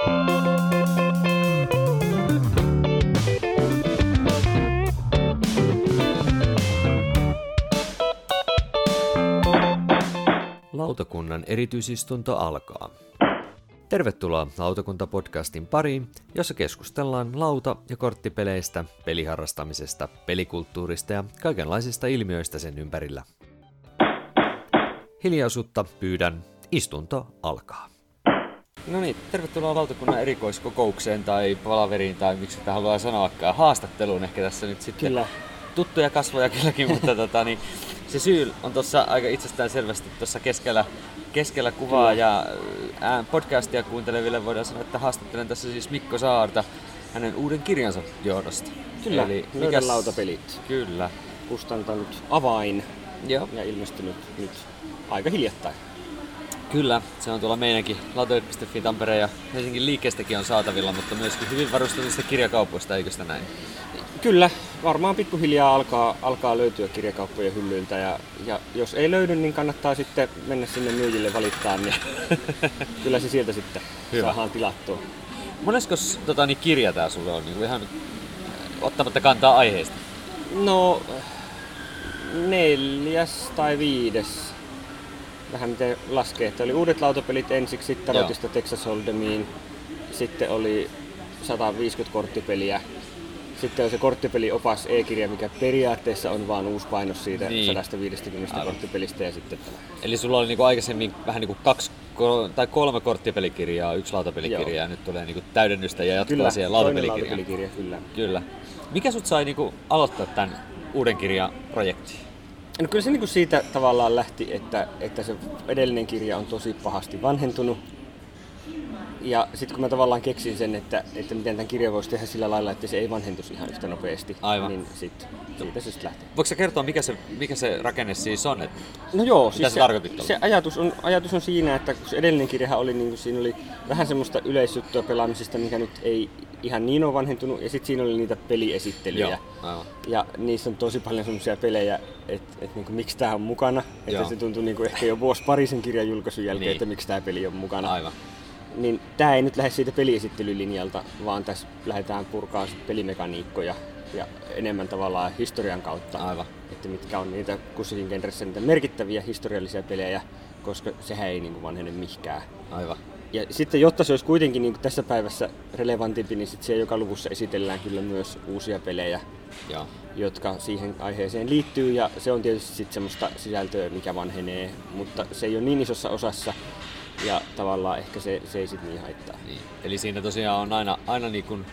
Lautakunnan erityisistunto alkaa. Tervetuloa Lautakunta-podcastin pariin, jossa keskustellaan lauta- ja korttipeleistä, peliharrastamisesta, pelikulttuurista ja kaikenlaisista ilmiöistä sen ympärillä. Hiljaisuutta pyydän, istunto alkaa. No niin, tervetuloa Lautakunnan erikoiskokoukseen tai palaveriin tai miksi sitä haluaa sanoakaan, haastatteluun ehkä tässä nyt sitten. Kyllä. Tuttuja kasvoja kylläkin, mutta se syy on tuossa aika itsestään selvästi tuossa keskellä kuvaa. Kyllä. Ja podcastia kuunteleville voidaan sanoa, että haastattelen tässä siis Mikko Saarta hänen uuden kirjansa johdosta. Kyllä, eli Löydä lautapelit. Kyllä. Kustantanut Avain. Joo. Ja ilmestynyt nyt aika hiljattain. Kyllä, se on tuolla meidänkin lautapelit.fi Tampereen ja Helsingin liikkeestäkin on saatavilla, mutta myöskin hyvin varustetuista kirjakaupoista, eikö sitä näin? Kyllä, varmaan pikkuhiljaa alkaa löytyä kirjakauppojen hyllyiltä ja jos ei löydy, niin kannattaa sitten mennä sinne myyjille valittaa, niin kyllä se sieltä sitten saadaan tilattua. Moneskos kirja tää sulle on niin ihan ottamatta kantaa aiheesta? No 4. tai 5. Vähän miten laskee, että oli uudet lautapelit ensiksi, sitten Tarotista Texas Hold'emiin, sitten oli 150 korttipeliä. Sitten on se korttipeliopas e-kirja, mikä periaatteessa on vaan uusi painos siitä 150 korttipelistä ja sitten tämä. Eli sulla oli niinku aikaisemmin vähän niinku 3 korttipelikirjaa, 1 lautapelikirja ja nyt tulee niinku täydennystä ja jatkoa siihen lautapelikirjaan. Kyllä. Mikä sut sai niinku aloittaa tämän uuden kirjan projektiin? No kyllä se niinku siitä tavallaan lähti, että se edellinen kirja on tosi pahasti vanhentunut. Ja sitten kun mä tavallaan keksin sen, että miten tämän kirjan voisi tehdä sillä lailla, että se ei vanhentuisi ihan yhtä nopeasti, niin siitä se sitten lähti. Voitko sä kertoa, mikä se rakenne siis on? No joo, mitä siis se ajatus on siinä, että kun se edellinen kirjahan oli, niin siinä oli vähän semmoista yleisjuttua pelaamisesta, mikä nyt ei ihan niin ole vanhentunut, ja sitten siinä oli niitä peliesittelyjä. Joo, aivan. Ja niissä on tosi paljon semmoisia pelejä, että niin miksi tää on mukana. Että se tuntui niin ehkä jo vuosi pari sen kirjan julkaisun jälkeen, että miksi tää peli on mukana. Aivan. Niin tää ei nyt lähde siitä peliesittelylinjalta, vaan tässä lähdetään purkaa pelimekaniikkoja ja enemmän tavallaan historian kautta. Aivan. Että mitkä on niitä kussakin genressä niitä merkittäviä historiallisia pelejä, koska sehän ei niinku vanhene mihinkään. Aivan. Ja sitten jotta se olisi kuitenkin niinku tässä päivässä relevantimpi, niin sitten siellä joka luvussa esitellään kyllä myös uusia pelejä, jotka siihen aiheeseen liittyy. Ja se on tietysti sitten semmoista sisältöä, mikä vanhenee, mutta se ei ole niin isossa osassa. Ja tavallaan ehkä se ei sit niin haittaa. Niin. Eli siinä tosiaan on aina niin kuin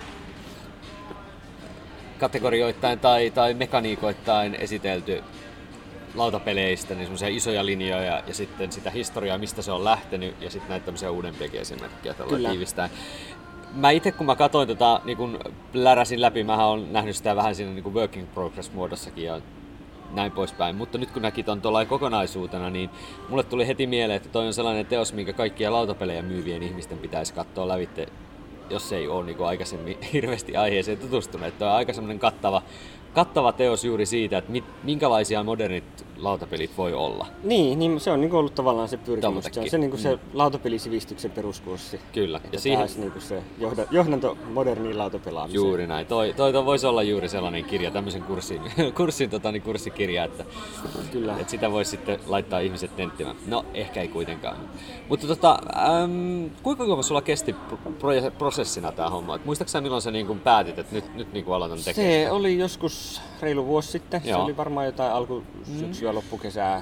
kategorioittain tai mekaniikoittain esitelty lautapeleistä niin semmoisia isoja linjoja ja sitten sitä historiaa, mistä se on lähtenyt ja sitten näitä tämmöisiä uudempiakin esimerkkejä tällä tiivistään. Mä itse kun mä katsoin niin kun läräsin läpi, mä oon nähnyt sitä vähän siinä niin kuin working progress muodossakin ja näin poispäin. Mutta nyt kun näki ton tuollain kokonaisuutena, niin mulle tuli heti mieleen, että toi on sellainen teos, minkä kaikkia lautapelejä myyvien ihmisten pitäisi katsoa lävitte, jos ei ole niin kuin aikaisemmin hirveästi aiheeseen tutustunut. Toi on aika semmoinen kattava teos juuri siitä, että minkälaisia modernit lautapelit voi olla. Niin se on niin ollut tavallaan se pyrkimys. Se on se, niin se lautapelisivistyksen peruskurssi. Kyllä. Ja siihen niin se johdanto moderniin lautapelaamiseen. Juuri näin. Toi voisi olla juuri sellainen kirja, tämmöisen kurssikirja, että sitä voisi sitten laittaa ihmiset tenttimään. No, ehkä ei kuitenkaan. Mutta kuinka kauan sulla kesti prosessina tämä homma? Muistaaksä milloin sä niin päätit, että nyt niin aloitan tekemään? Se oli joskus reilu vuosi sitten. Se oli varmaan jotain alkusyksyä loppukesää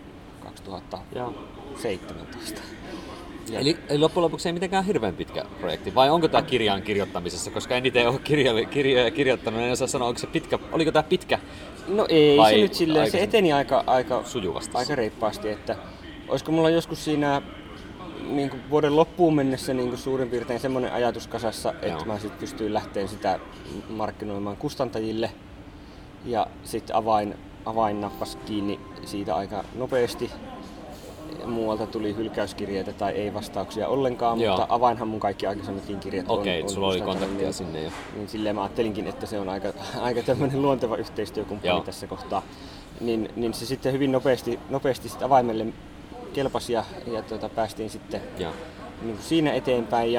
2017. Eli loppujen lopuksi ei mitenkään hirveän pitkä projekti, vai onko tämä kirjan kirjoittamisessa? Koska en itse ole kirjoja kirjoittanut, en osaa sanoa, oliko tämä pitkä? No ei, se nyt silleen, se eteni aika sujuvasti. Aika reippaasti, että olisiko mulla joskus siinä niin kuin vuoden loppuun mennessä niin kuin suurin piirtein semmoinen ajatus kasassa, että mä sitten pystyin lähteen sitä markkinoimaan kustantajille ja sitten avain nappasi kiinni siitä aika nopeasti. Muualta tuli hylkäyskirjeitä tai ei vastauksia ollenkaan, mutta Avainhan mun kaikki aikaisemmatkin kirjat on. Okei, sulla oli kontaktia sinne jo. Niin silleen mä ajattelinkin, että se on aika tämmöinen luonteva yhteistyökumppani tässä kohtaa. Niin se sitten hyvin nopeasti sit Avaimelle kelpasi ja päästiin sitten niin siinä eteenpäin. Ja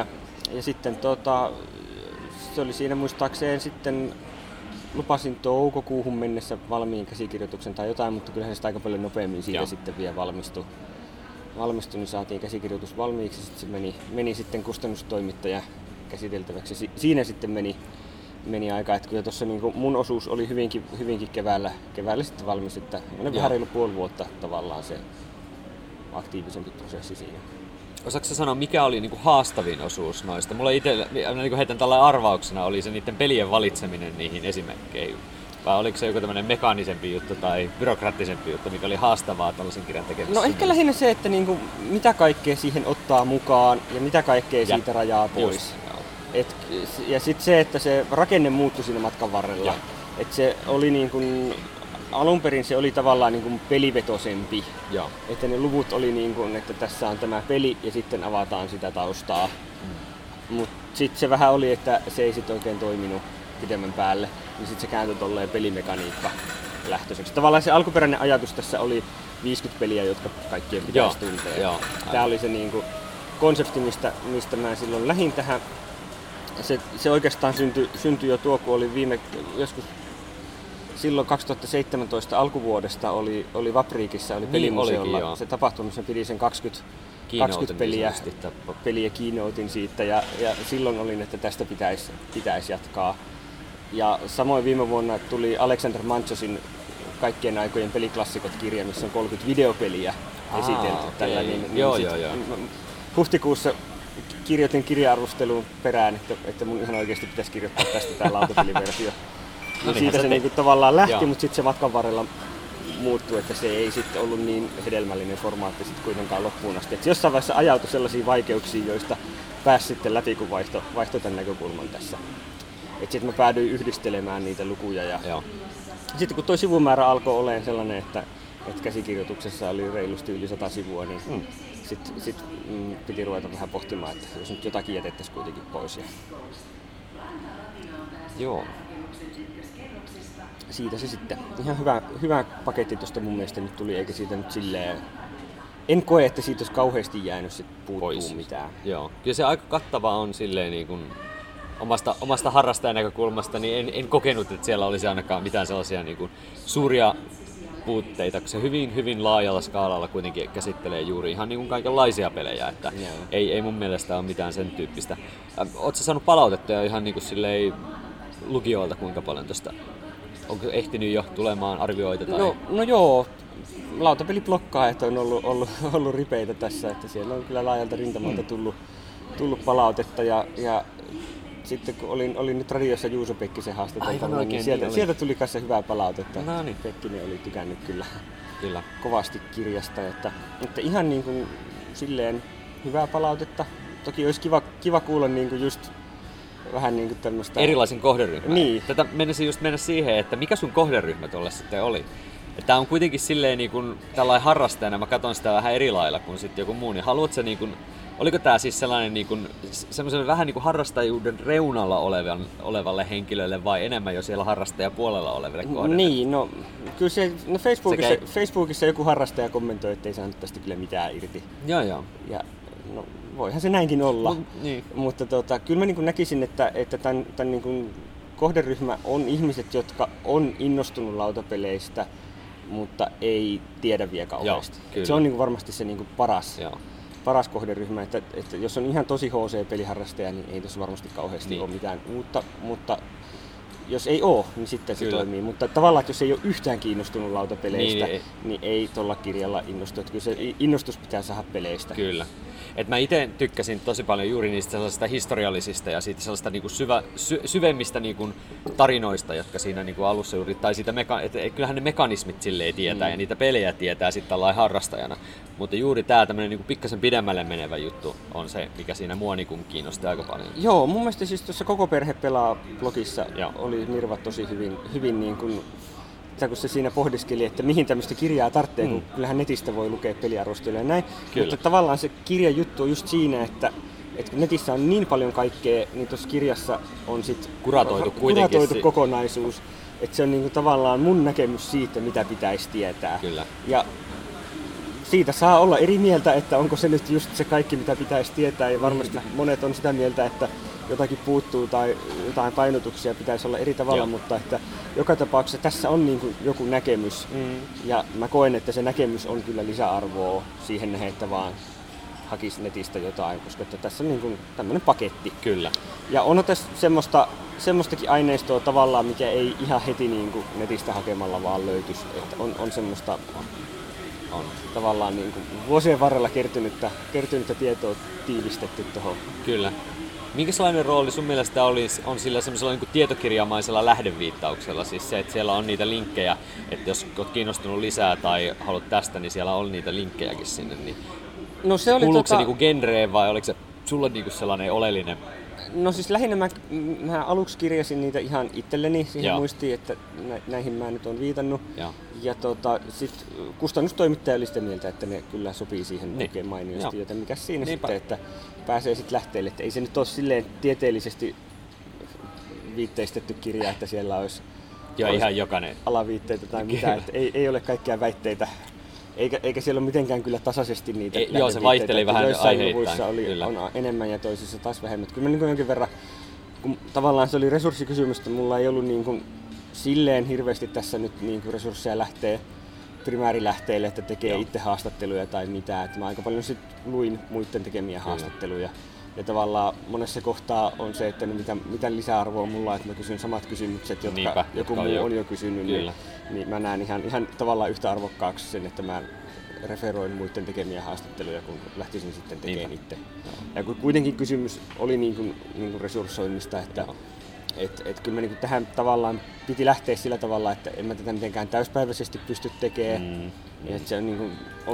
Ja sitten se oli siinä muistaakseen sitten, lupasin toukokuuhun mennessä valmiin käsikirjoituksen tai jotain, mutta kyllähän se aika paljon nopeammin siitä sitten vielä valmistui, niin saatiin käsikirjoitus valmiiksi, sitten se meni sitten kustannustoimittaja käsiteltäväksi. Siinä sitten meni aika, että kyllä tuossa niin mun osuus oli hyvinkin keväällä sitten valmis, että vähän reilu puoli vuotta tavallaan se aktiivisempi prosessi siinä. Osaatko sanoa, mikä oli niinku haastavin osuus noista? Mulla itsellä, niinku heitän tällä arvauksena, oli se niiden pelien valitseminen niihin esimerkkeihin. Vai oliko se joku tämmöinen mekaanisempi juttu tai byrokraattisempi juttu, mikä oli haastavaa tällaisen kirjan tekemisessä? No ehkä lähinnä se, että niinku, mitä kaikkea siihen ottaa mukaan ja mitä kaikkea siitä rajaa pois. Ja sitten se, että se rakenne muuttui siinä matkan varrella. Että se oli niin kuin, alun perin se oli tavallaan niin kuin pelivetosempi. Että ne luvut oli niin kuin, että tässä on tämä peli ja sitten avataan sitä taustaa. Mutta sitten se vähän oli, että se ei sitten oikein toiminut pidemmän päälle. Niin sitten se kääntyi tolleen pelimekaniikka lähtöiseksi. Tavallaan se alkuperäinen ajatus tässä oli 50 peliä, jotka kaikkien pitäisi tuntea. Tämä oli se niin kuin konsepti, mistä mä silloin lähdin tähän. Se oikeastaan syntyi jo kun oli joskus silloin 2017 alkuvuodesta oli Vapriikissa, oli pelimuseolla se tapahtuma, missä pidi sen 20 peliä keynoutin siitä ja silloin olin, että tästä pitäisi jatkaa. Ja samoin viime vuonna tuli Alexander Manchosin kaikkien aikojen peliklassikot-kirja, missä on 30 videopeliä esitelty. Tällä, huhtikuussa kirjoitin kirja-arvosteluun perään, että mun ihan oikeasti pitäisi kirjoittaa tästä tää lautapeliversio. No siitä se niinku tavallaan lähti, mutta sitten se matkan varrella muuttui, että se ei sitten ollut niin hedelmällinen formaatti sitten kuitenkaan loppuun asti. Et jossain vaiheessa ajautui sellaisiin vaikeuksiin, joista pääsi sitten läpi, kun vaihtoi tämän näkökulman tässä. Sitten mä päädyin yhdistelemään niitä lukuja. Ja sitten kun tuo sivumäärä alkoi olemaan sellainen, että käsikirjoituksessa oli reilusti yli 100 sivua, niin sitten piti ruveta vähän pohtimaan, että jos nyt jotakin jätettäisiin kuitenkin pois. Joo. Siitä se sitten. Ihan hyvä paketti tuosta mun mielestä nyt tuli, eikä siitä nyt silleen... En koe, että siitä olisi kauheasti jäänyt sit puuttuu mitään. Joo. Kyllä se aika kattava on silleen niin kuin omasta harrastajan näkökulmasta, niin en kokenut, että siellä olisi ainakaan mitään sellaisia niin kuin suuria puutteita, kun se hyvin laajalla skaalalla kuitenkin käsittelee juuri ihan niin kuin kaikenlaisia pelejä, että ei mun mielestä ole mitään sen tyyppistä. Ootko sä saanut palautetta jo ihan niin kuin silleen lukijoilta kuinka paljon tosta? Onko ehtinyt jo tulemaan arvioita? Tai? No joo, lautapeliblokkaajat on ollut ripeitä tässä, että siellä on kyllä laajalta rintamalta tullut palautetta ja sitten kun olin nyt radiossa Juuso Pekkisen haastateltavana, niin sieltä tuli kanssa hyvää palautetta. No niin. Pekkinen oli tykännyt kyllä kovasti kirjasta, että ihan niin kuin silleen hyvää palautetta. Toki olisi kiva kuulla niin kuin just vähän niin kuin tämmöistä... Erilaisen kohderyhmän. Niin. Tätä mennessä just mennä siihen, että mikä sun kohderyhmä tuolle sitten oli. Tämä on kuitenkin silleen niin kuin tällainen harrastajana, mä katson sitä vähän eri lailla kuin sitten joku muu, niin haluatko niin kuin, oliko tämä siis sellainen niin kuin, semmoisen vähän niin kuin harrastajuuden reunalla olevalle henkilölle vai enemmän jo siellä harrastajapuolella oleville kohderyhmille? Niin, no kyllä se, Facebookissa joku harrastaja kommentoi, ettei saanut tästä kyllä mitään irti. Joo. Ja no, voihan se näinkin olla, niin. Mutta kyllä mä niin kuin näkisin, että tämän niin kuin kohderyhmä on ihmiset, jotka on innostunut lautapeleistä, mutta ei tiedä vielä kauheasti. Se on niin kuin varmasti se niin kuin paras kohderyhmä, että jos on ihan tosi HC-peliharrastaja, niin ei tuossa varmasti kauheasti ole mitään uutta, mutta jos ei ole, niin sitten se toimii. Mutta tavallaan, että jos ei ole yhtään kiinnostunut lautapeleistä, niin ei tuolla kirjalla innostu. Että kyllä se innostus pitää saada peleistä. Kyllä. Et mä itse tykkäsin tosi paljon juuri niistä sellaisista historiallisista ja siitä sellaista niinku syvemmistä niinku tarinoista, jotka siinä niinku alussa juuri, tai siitä kyllähän ne mekanismit silleen tietää ja niitä pelejä tietää sitten tällainen harrastajana. Mutta juuri tää tämmönen niinku pikkasen pidemmälle menevä juttu on se, mikä siinä mua niinku kiinnosti aika paljon. Joo, mun mielestä siis tuossa Koko perhe pelaa blogissa oli Mirva tosi hyvin niin kuin, kun se siinä pohdiskeli, että mihin tämmöistä kirjaa tarvitsee, kun kyllähän netistä voi lukea peliarvosteluja ja näin. Kyllä. Mutta tavallaan se kirjan juttu on just siinä, että kun netissä on niin paljon kaikkea, niin tuossa kirjassa on sitten kuratoitu kokonaisuus. Että se on niinku tavallaan mun näkemys siitä, mitä pitäisi tietää. Kyllä. Ja siitä saa olla eri mieltä, että onko se nyt just se kaikki, mitä pitäisi tietää. Ja varmasti monet on sitä mieltä, että jotakin puuttuu tai jotain painotuksia pitäisi olla eri tavalla, mutta että joka tapauksessa tässä on niin kuin joku näkemys. Ja mä koen, että se näkemys on kyllä lisäarvoa siihen nähden, että vaan hakisi netistä jotain, koska että tässä on niin kuin tämmöinen paketti. Kyllä. Ja on tässä semmoistakin aineistoa tavallaan, mikä ei ihan heti niin kuin netistä hakemalla vaan löytyisi. Että on semmoista on tavallaan niin kuin vuosien varrella kertynyttä tietoa tiivistetty tuohon. Kyllä. Minkälainen rooli sun mielestä on sillä semmoisella niin kuin tietokirjamaisella lähdeviittauksella? Siis se, että siellä on niitä linkkejä, että jos olet kiinnostunut lisää tai haluat tästä, niin siellä on niitä linkkejäkin sinne. Niin no se oli kuuluuko se niin kuin genreen vai oliko se sulla niin kuin sellainen oleellinen? No siis lähinnä mä aluksi kirjasin niitä ihan itselleni siihen muistiin, että näihin mä nyt on viitannut. Ja sit kustannustoimittaja oli sitä mieltä, että ne kyllä sopii siihen oikein mainiosti, joten mikä siinä sitten, että pääsee sitten lähteelle. Että ei se nyt ole silleen tieteellisesti viitteistetty kirja, että siellä olisi ihan jokainen alaviitteitä tai mitään. Ei ole kaikkia väitteitä. Eikä siellä ole mitenkään kyllä tasaisesti niitä joo, se vaihteli vähän aiheittain. On enemmän ja toisissa taas vähemmän. Kyllä mä niin jonkin verran, kun tavallaan se oli resurssikysymys, että mulla ei ollut niin kuin silleen hirveästi tässä nyt niin kuin resursseja lähtee primäärilähteille, että tekee itse haastatteluja tai mitään. Että mä aika paljon sit luin muiden tekemiä haastatteluja. Ja tavallaan monessa kohtaa on se, että mitä lisäarvoa mulla on, että mä kysyn samat kysymykset, jotka joku muu on jo kysynyt. Niin mä näen ihan tavallaan yhtä arvokkaaksi sen, että mä referoin muiden tekemiä haastatteluja, kun lähtisin sitten tekemään itse. Ja kun kuitenkin kysymys oli niin kuin resurssoinnista, että kyllä mä niin kuin tähän tavallaan piti lähteä sillä tavalla, että en mä tätä mitenkään täyspäiväisesti pysty tekemään. Että se on, niin kuin,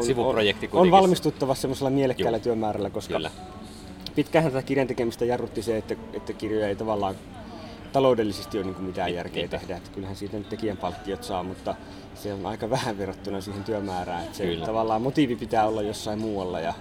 on valmistuttava semmoisella mielekkäällä työmäärällä, koska pitkään tätä kirjan tekemistä jarrutti se, että kirjoja ei tavallaan taloudellisesti ole niin kuin mitään järkeä tehdä. Että kyllähän siitä nyt tekijän palkkiot saa, mutta se on aika vähän verrattuna siihen työmäärään. Että se tavallaan motiivi pitää olla jossain muualla. Ja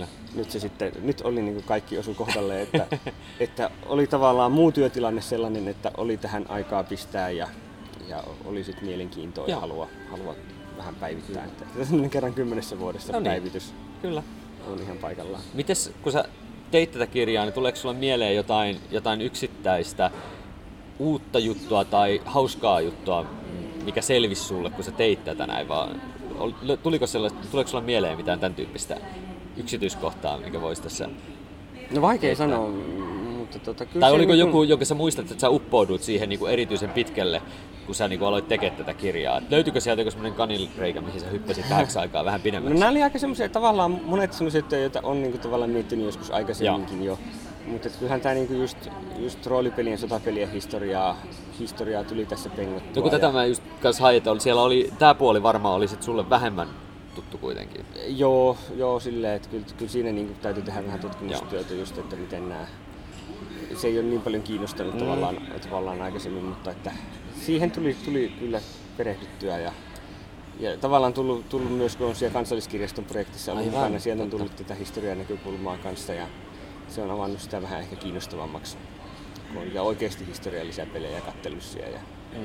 nyt oli niin kuin kaikki osu kohdalle, että oli tavallaan muu työtilanne sellainen, että oli tähän aikaa pistää ja oli sitten mielenkiintoa ja halua vähän päivittää. Että kerran 10 vuodessa päivitys on ihan paikallaan. Mites kun sä teit tätä kirjaa, niin tuleeko sulle mieleen jotain yksittäistä uutta juttua tai hauskaa juttua, mikä selvisi sulle, kun sä teit tätä näin vaan? Tuleeko sulle mieleen mitään tämän tyyppistä yksityiskohtaa, mikä voisi tässä? No vaikea sanoa, mutta kyllä tai oliko joku, jonka sä muistat, että sä uppoudut siihen niin kuin erityisen pitkälle, kun sä niin kuin aloit tekemään tätä kirjaa? Et löytyykö sieltä joku semmoinen kaninreikä, mihin sä hyppäsit vähäksi aikaa vähän pidemmäksi? No nämä oli aika semmoisia tavallaan monet semmoiset, joita on niin kuin tavallaan miettinyt joskus aikaisemminkin jo. Mutta kyllähän tämä niinku just roolipelien ja sotapelien historiaa tuli tässä pengottua. No kun tätä mä just kanssa hain, että siellä oli, tää puoli varmaan oli sit sulle vähemmän tuttu kuitenkin. Joo silleen, että kyllä siinä niinku täytyy tehdä vähän tutkimustyötä just, että miten nämä. Se ei ole niin paljon kiinnostanut tavallaan aikaisemmin, mutta että siihen tuli kyllä perehdyttyä ja tavallaan tullut myös, kun on siellä Kansalliskirjaston projektissa ollut mukana, sieltä on tullut tätä historian näkökulmaa kanssa ja se on avannut sitä vähän ehkä kiinnostavammaksi, kun on oikeasti historiallisia pelejä kattelussa ja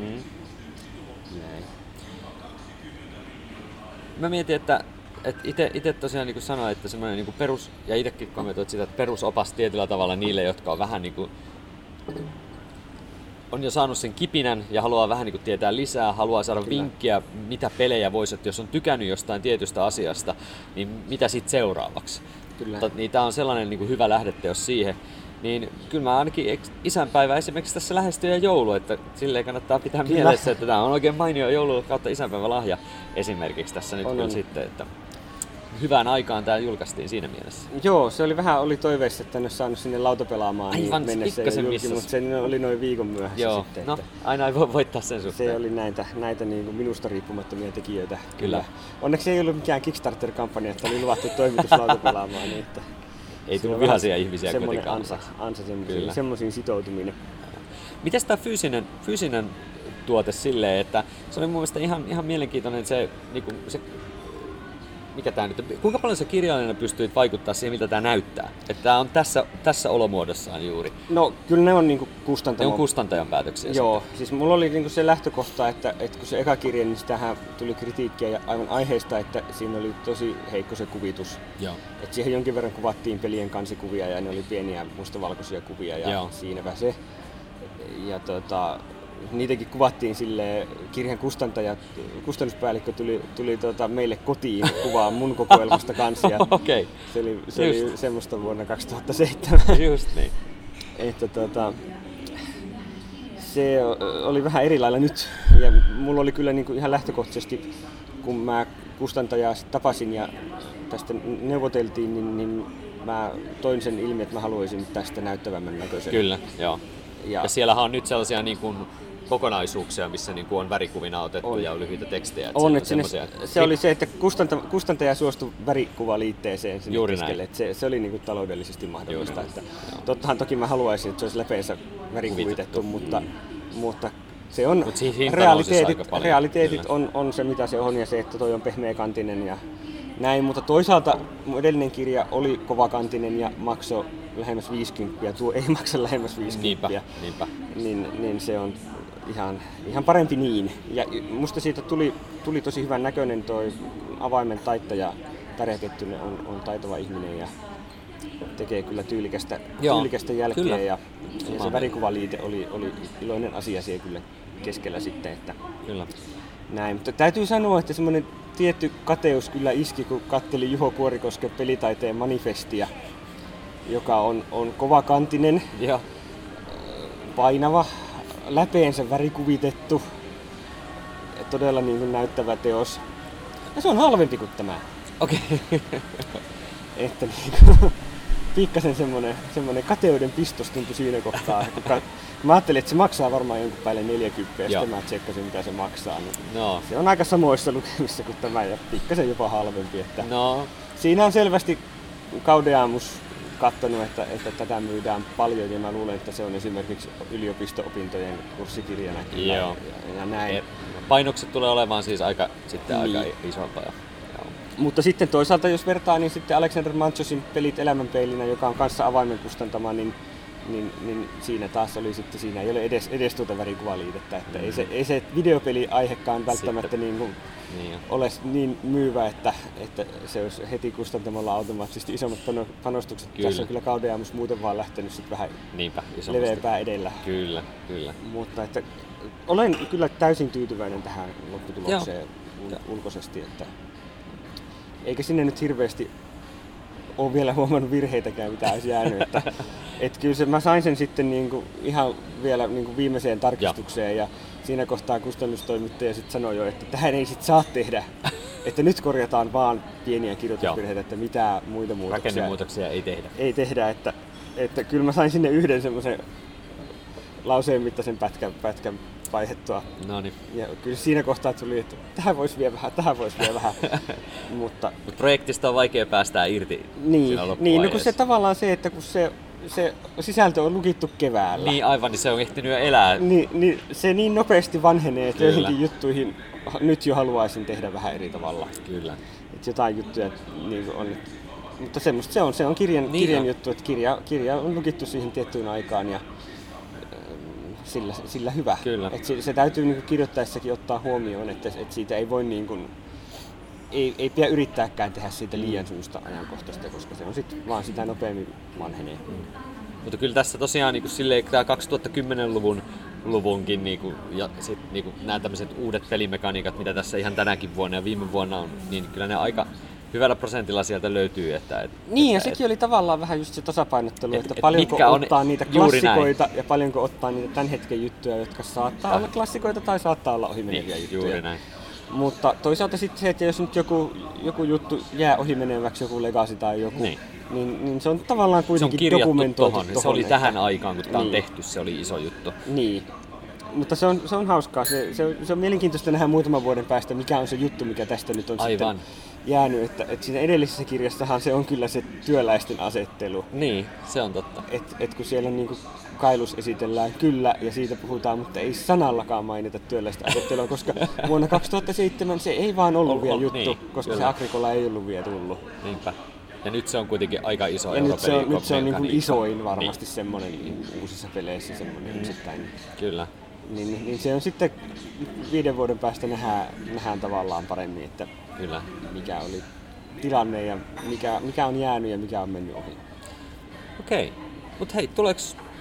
näin. Mä mietin, että itse tosiaan niin kuin sanoin, että semmoinen niin kuin perus, ja itsekin kommentoit sitä, että perusopas tietyllä tavalla niille, jotka on vähän niin kuin, on jo saanut sen kipinän ja haluaa vähän niin kuin tietää lisää, haluaa saada vinkkiä, mitä pelejä voisi, että jos on tykännyt jostain tietystä asiasta, niin mitä sitten seuraavaksi. Niin tää on sellainen niin kuin hyvä lähdeteos siihen. Niin kyllä mä ainakin isänpäivä esimerkiksi tässä lähestyy ja joulu, että silleen kannattaa pitää mielessä, että tää on oikein mainio joulu kautta isänpäivä lahja esimerkiksi tässä nyt kyllä sitten, että hyvään aikaan tää julkaistiin siinä mielessä. Joo, se oli toiveissa, että en ole saanut sinne lautapelaamaan niin mennessä julki, mutta se oli noin viikon myöhässä sitten. No, aina ei voi voittaa sen suhteen. Se oli näitä niin kuin minusta riippumattomia tekijöitä. Kyllä. Onneksi ei ollut mikään Kickstarter-kampanja, että oli luvattu toimitus lautapelaamaan. Niin että ei tullut vihaisia ihmisiä kuitenkaan. Ansa semmoisiin sitoutuminen. Mites tää fyysinen tuote silleen, että se oli mun mielestä ihan mielenkiintoinen se mikä tää nyt, kuinka paljon sä kirjailijana pystyit vaikuttaa siihen, miltä tää näyttää? Että tää on tässä olomuodossaan juuri. No kyllä ne on niinku Ne on kustantajan päätöksiä. Joo, siis mulla oli niinku se lähtökohta, että kun se eka kirja, niin sitähän tuli kritiikkiä ja aivan aiheesta, että siinä oli tosi heikko se kuvitus. Joo. Et siihen jonkin verran kuvattiin pelien kansikuvia ja ne oli pieniä mustavalkoisia kuvia ja Joo. siinäpä se. Ja niitäkin kuvattiin silleen, kirjan kustannuspäällikkö tuli meille kotiin kuvaa mun kokoelmasta kanssa. Okei. Se oli semmoista vuonna 2007. Just niin. Että se oli vähän eri lailla nyt. Ja mulla oli kyllä niinku ihan lähtökohtaisesti, kun mä kustantajaa tapasin ja tästä neuvoteltiin, niin mä toin sen ilmi, että mä haluaisin tästä näyttävämmän näköisen. Kyllä, joo. Ja siellähän on nyt sellaisia niin kuin kokonaisuuksia, missä niin kuin on värikuvina otettu ja lyhyitä tekstejä. Se oli se, että kustantaja suostui värikuvaliitteeseen sinne juuri keskelle. Että se oli niin kuin taloudellisesti mahdollista. Että tottahan toki mä haluaisin, että se olisi läpeensä värikuvitettu, mutta se on realiteetit on se mitä se on ja se, että toi on pehmeäkantinen ja näin, mutta toisaalta mun edellinen kirja oli kovakantinen ja maksoi lähemmäs 50, tuo ei maksa lähemmäs 50. Niinpä. Niin se on ihan parempi niin. Ja musta siitä tuli tosi hyvän näköinen toi avaimen taittaja Tarja Kettunen on taitava ihminen ja tekee kyllä tyylikästä jälkeä kyllä. Ja se värikuvaliite oli iloinen asia siellä kyllä keskellä sitten, että kyllä. Näin, mutta täytyy sanoa, että semmoinen tietty kateus kyllä iski, kun katselin Juho Kuorikosken pelitaiteen manifestia, joka on kovakantinen, ja painava, läpeensä värikuvitettu, todella niin kuin näyttävä teos. Ja se on halvempi kuin tämä. Okei. Että niin pikkasen semmoinen kateuden pistos tuntui siinä kohtaa. Mä ajattelin, että se maksaa varmaan jonkun päälle 40 ja sitten mä tsekkasin mitä se maksaa. No. Se on aika samoissa lukemissa kuin tämä ja pikkasen jopa halvempi. Että siinä on selvästi Gaudeamus katsonut, että tätä myydään paljon ja mä luulen, että se on esimerkiksi yliopisto-opintojen kurssikirjana ja näin. Painokset tulee olemaan siis aika isompaa. Mutta sitten toisaalta jos vertaa, niin sitten Alexander Manchosin pelit elämänpeilinä, joka on kanssa avaimen kustantama, niin siinä taas oli sitten, siinä ei ole edes tuota värikuvaliitettä, että ei se videopeliaihekaan välttämättä ole niin myyvä, että se olisi heti kustantamalla automaattisesti isommat panostukset. Kyllä. Tässä on kyllä Gaudeamus muuten vaan lähtenyt sitten vähän leveämpää edellä. Kyllä. Mutta että olen kyllä täysin tyytyväinen tähän lopputulokseen ulkoisesti, että eikä sinne nyt hirveästi ole vielä huomannut virheitäkään, mitä olisi jäänyt. Että kyllä mä sain sen sitten ihan vielä viimeiseen tarkistukseen ja siinä kohtaa kustannustoimittaja sitten sanoi jo, että tähän ei sitten saa tehdä. Että nyt korjataan vaan pieniä kirjoitusvirheitä, että mitään muita muutoksia. Rakennemuutoksia ei tehdä. Ei tehdä, että kyllä mä sain sinne yhden semmoisen lauseen mittaisen pätkän vaihettua. Noniin. Ja kyllä siinä kohtaa tuli, että tähän voisi vielä vähän. Mutta projektista on vaikea päästää irti. Niin, kun se tavallaan se, että kun se sisältö on lukittu keväällä. Niin aivan, niin se on ehtinyt jo elää. Niin se niin nopeasti vanhenee, että joihinkin juttuihin nyt jo haluaisin tehdä vähän eri tavalla. Kyllä. Että jotain juttuja niin on. Mutta semmoista se on kirjan juttu, että kirja on lukittu siihen tiettyyn aikaan ja sillä hyvä. Kyllä. Että se täytyy kirjoittaessakin ottaa huomioon, että siitä ei voi ei pidä yrittääkään tehdä siitä liian suusta ajankohtaista, koska se on sitten vaan sitä nopeammin vanhenee. Mutta kyllä tässä tosiaan tämä 2010-luvunkin ja sitten nämä tämmöiset uudet pelimekaniikat, mitä tässä ihan tänäkin vuonna ja viime vuonna on, niin kyllä ne aika hyvällä prosentilla sieltä löytyy. Ja sekin oli tavallaan vähän just se tasapainottelu, että paljonko ottaa niitä klassikoita ja paljonko ottaa niitä tämän hetken juttuja, jotka saattaa olla klassikoita tai saattaa olla ohimeneviä juttuja. Juuri näin. Mutta toisaalta sitten se, että jos nyt joku juttu jää ohimeneväksi, joku Legacy tai joku, niin se on tavallaan kuitenkin dokumentoitu tohon. Se oli tähän aikaan, kun tämä on tehty, se oli iso juttu. Niin. Mutta se on hauskaa. Se on mielenkiintoista nähdä muutaman vuoden päästä, mikä on se juttu, mikä tästä nyt on sitten jäänyt, että siinä edellisessä kirjassahan se on kyllä se työläisten asettelu. Niin, se on totta. Et kun siellä niinku kailus esitellään kyllä ja siitä puhutaan, mutta ei sanallakaan mainita työläisten asettelua, koska vuonna 2007 se ei vaan ollut vielä juttu, niin, koska kyllä. se Agricola ei ollut vielä tullut. Niinpä. Ja nyt se on kuitenkin aika iso ja nyt se on niin kuin isoin varmasti niin. semmoinen uusissa peleissä semmoinen yksittäinen. Kyllä. Niin se on sitten 5 vuoden päästä nähdään tavallaan paremmin, että Kyllä. mikä oli tilanne ja mikä on jäänyt ja mikä on mennyt ohi. Okei. Mut hei, tuleeko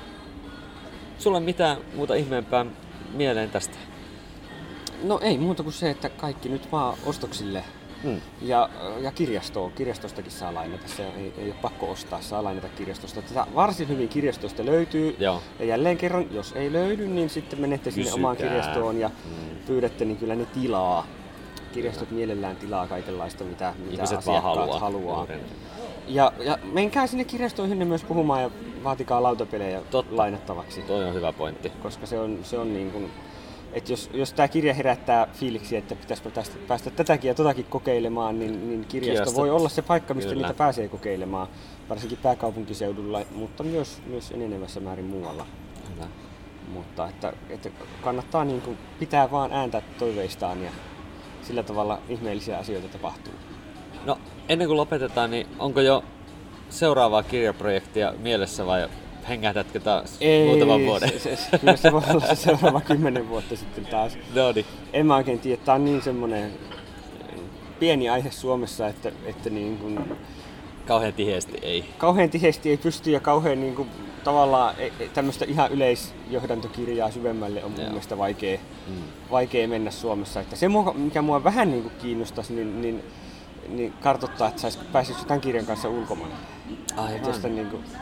sulle mitään muuta ihmeempää mieleen tästä? No ei muuta kuin se, että kaikki nyt vaan ostoksille. Ja kirjastoon. Kirjastostakin saa lainata. Se ei ole pakko ostaa, saa lainata kirjastosta. Tätä varsin hyvin kirjastosta löytyy. Joo. Ja jälleen kerran, jos ei löydy, niin sitten menette sinne omaan kirjastoon ja pyydätte, niin kyllä ne tilaa. Kirjastot mielellään tilaa kaikenlaista, mitä asiakkaat haluaa. Ja menkää sinne kirjastoihin ne myös puhumaan ja vaatikaa lautapelejä lainattavaksi. Toi on hyvä pointti. Koska se on niin kuin, että jos tämä kirja herättää fiiliksiä, että pitäisi päästä tätäkin ja totakin kokeilemaan, niin kirjasto voi olla se paikka, mistä niitä pääsee kokeilemaan. Varsinkin pääkaupunkiseudulla, mutta myös enenevässä määrin muualla. Hyvä. Mutta että kannattaa niin kuin pitää vaan ääntä toiveistaan ja sillä tavalla ihmeellisiä asioita tapahtuu. No, ennen kuin lopetetaan, niin onko jo seuraavaa kirjaprojektia mielessä vai hengähdätkö taas muutaman vuoden? Kyllä se voi olla se seuraava 10 vuotta sitten taas. No niin. En mä oikein tiedä, tää on niin semmonen pieni aihe Suomessa, että niin kuin kauhean tiheesti ei. Kauhean tiheesti ei pysty ja kauhean niin kuin, tavallaan tämmöistä ihan yleisjohdantokirjaa syvemmälle on mun mielestä vaikea mennä Suomessa. Että se, mikä mua vähän niin kuin kiinnostaisi, niin kartoittaa, että pääsisi tämän kirjan kanssa ulkomaille. Aivan.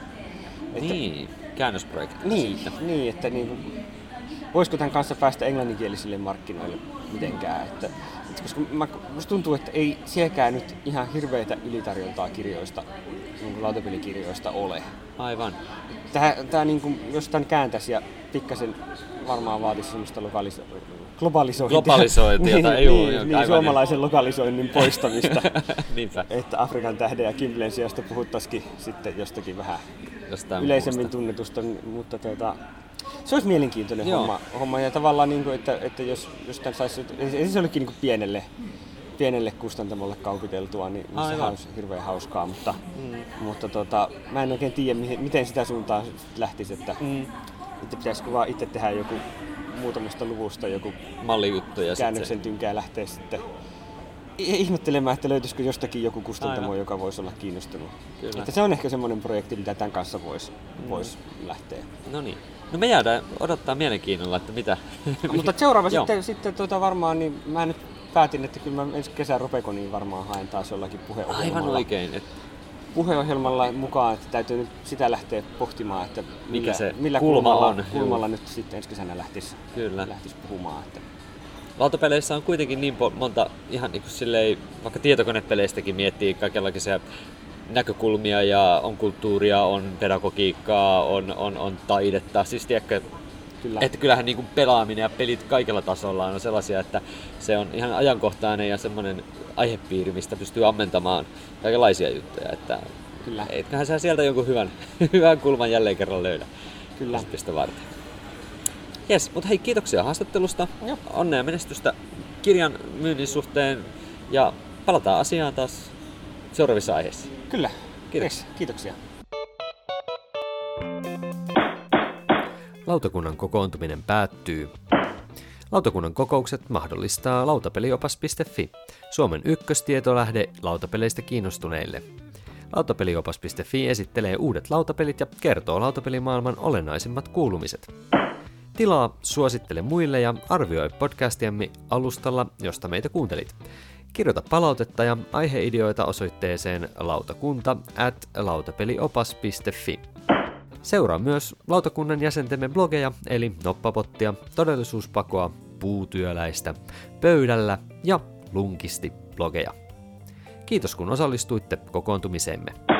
Niin, käännösprojekti. Niin, että niin kuin, voisiko tämän kanssa päästä englanninkielisille markkinoille mitenkään. Koska musta tuntuu, että ei sielläkään nyt ihan hirveätä ylitarjontaa kirjoista, niin lautapelikirjoista ole. Aivan. Tää niin kuin, jos tämän kääntäisi ja pikkasen varmaan vaatisi semmoista globalisointia niin, suomalaisen lokalisoinnin poistamista. Että Afrikan tähden ja Kimblen sijasta puhuttaisikin sitten jostakin vähän jostain yleisemmin muusta tunnetusta, mutta se olisi mielenkiintoinen homma ja tavallaan niin kuin, että jos tämän saisi, ei se olikin niin kuin pienelle kustantamolle kaupiteltua, niin sehän olisi hirveän hauskaa, mutta mä en oikein tiedä miten sitä suuntaan lähtisi, että pitäisikö vaan itse tehdä joku muutamasta luvusta joku mallijuttu ja käännöksen tynkää lähteä sitten ihmettelemään, että löytyisikö jostakin joku kustantamo, joka voisi olla kiinnostunut. Että se on ehkä semmoinen projekti, mitä tämän kanssa voisi lähteä. No niin. No me jäädään odottaa mielenkiinnolla, että mitä. Mutta seuraava sitten varmaan, niin mä nyt päätin, että kyllä mä ensi kesän Ropekoniin varmaan haen taas jollakin puheohjelmalla. Aivan oikein. Puheohjelmalla mukaan, että täytyy nyt sitä lähteä pohtimaan, että millä kulmalla nyt sitten ensi kesänä lähtisi puhumaan. Että lautapeleissä on kuitenkin niin monta, ihan niin kuin silleen, vaikka tietokonepeleistäkin miettii kaikenlaisia näkökulmia ja on kulttuuria, on pedagogiikkaa, on taidetta. Siis tiedätkö, että kyllähän niin kuin pelaaminen ja pelit kaikilla tasolla on sellaisia, että se on ihan ajankohtainen ja semmoinen aihepiiri, mistä pystyy ammentamaan kaikenlaisia juttuja. Että eiköhän sä sieltä jonkun hyvän kulman jälleen kerran löydä. Kyllä. Varten. Jes, mutta hei, kiitoksia haastattelusta. Onnea ja menestystä kirjan myynnin suhteen ja palataan asiaan taas seuraavissa aiheissa. Kyllä. Kiitos. Kiitoksia. Lautakunnan kokoontuminen päättyy. Lautakunnan kokoukset mahdollistaa lautapeliopas.fi, Suomen ykköstietolähde lautapeleistä kiinnostuneille. Lautapeliopas.fi esittelee uudet lautapelit ja kertoo lautapelimaailman olennaisimmat kuulumiset. Tilaa, suosittele muille ja arvioi podcastiamme alustalla, josta meitä kuuntelit. Kirjoita palautetta ja aiheideoita osoitteeseen lautakunta@lautapeliopas.fi. Seuraa myös lautakunnan jäsentemme blogeja, eli Noppapottia, Todellisuuspakoa, Puutyöläistä, Pöydällä ja Lunkisti blogeja. Kiitos kun osallistuitte kokoontumiseemme.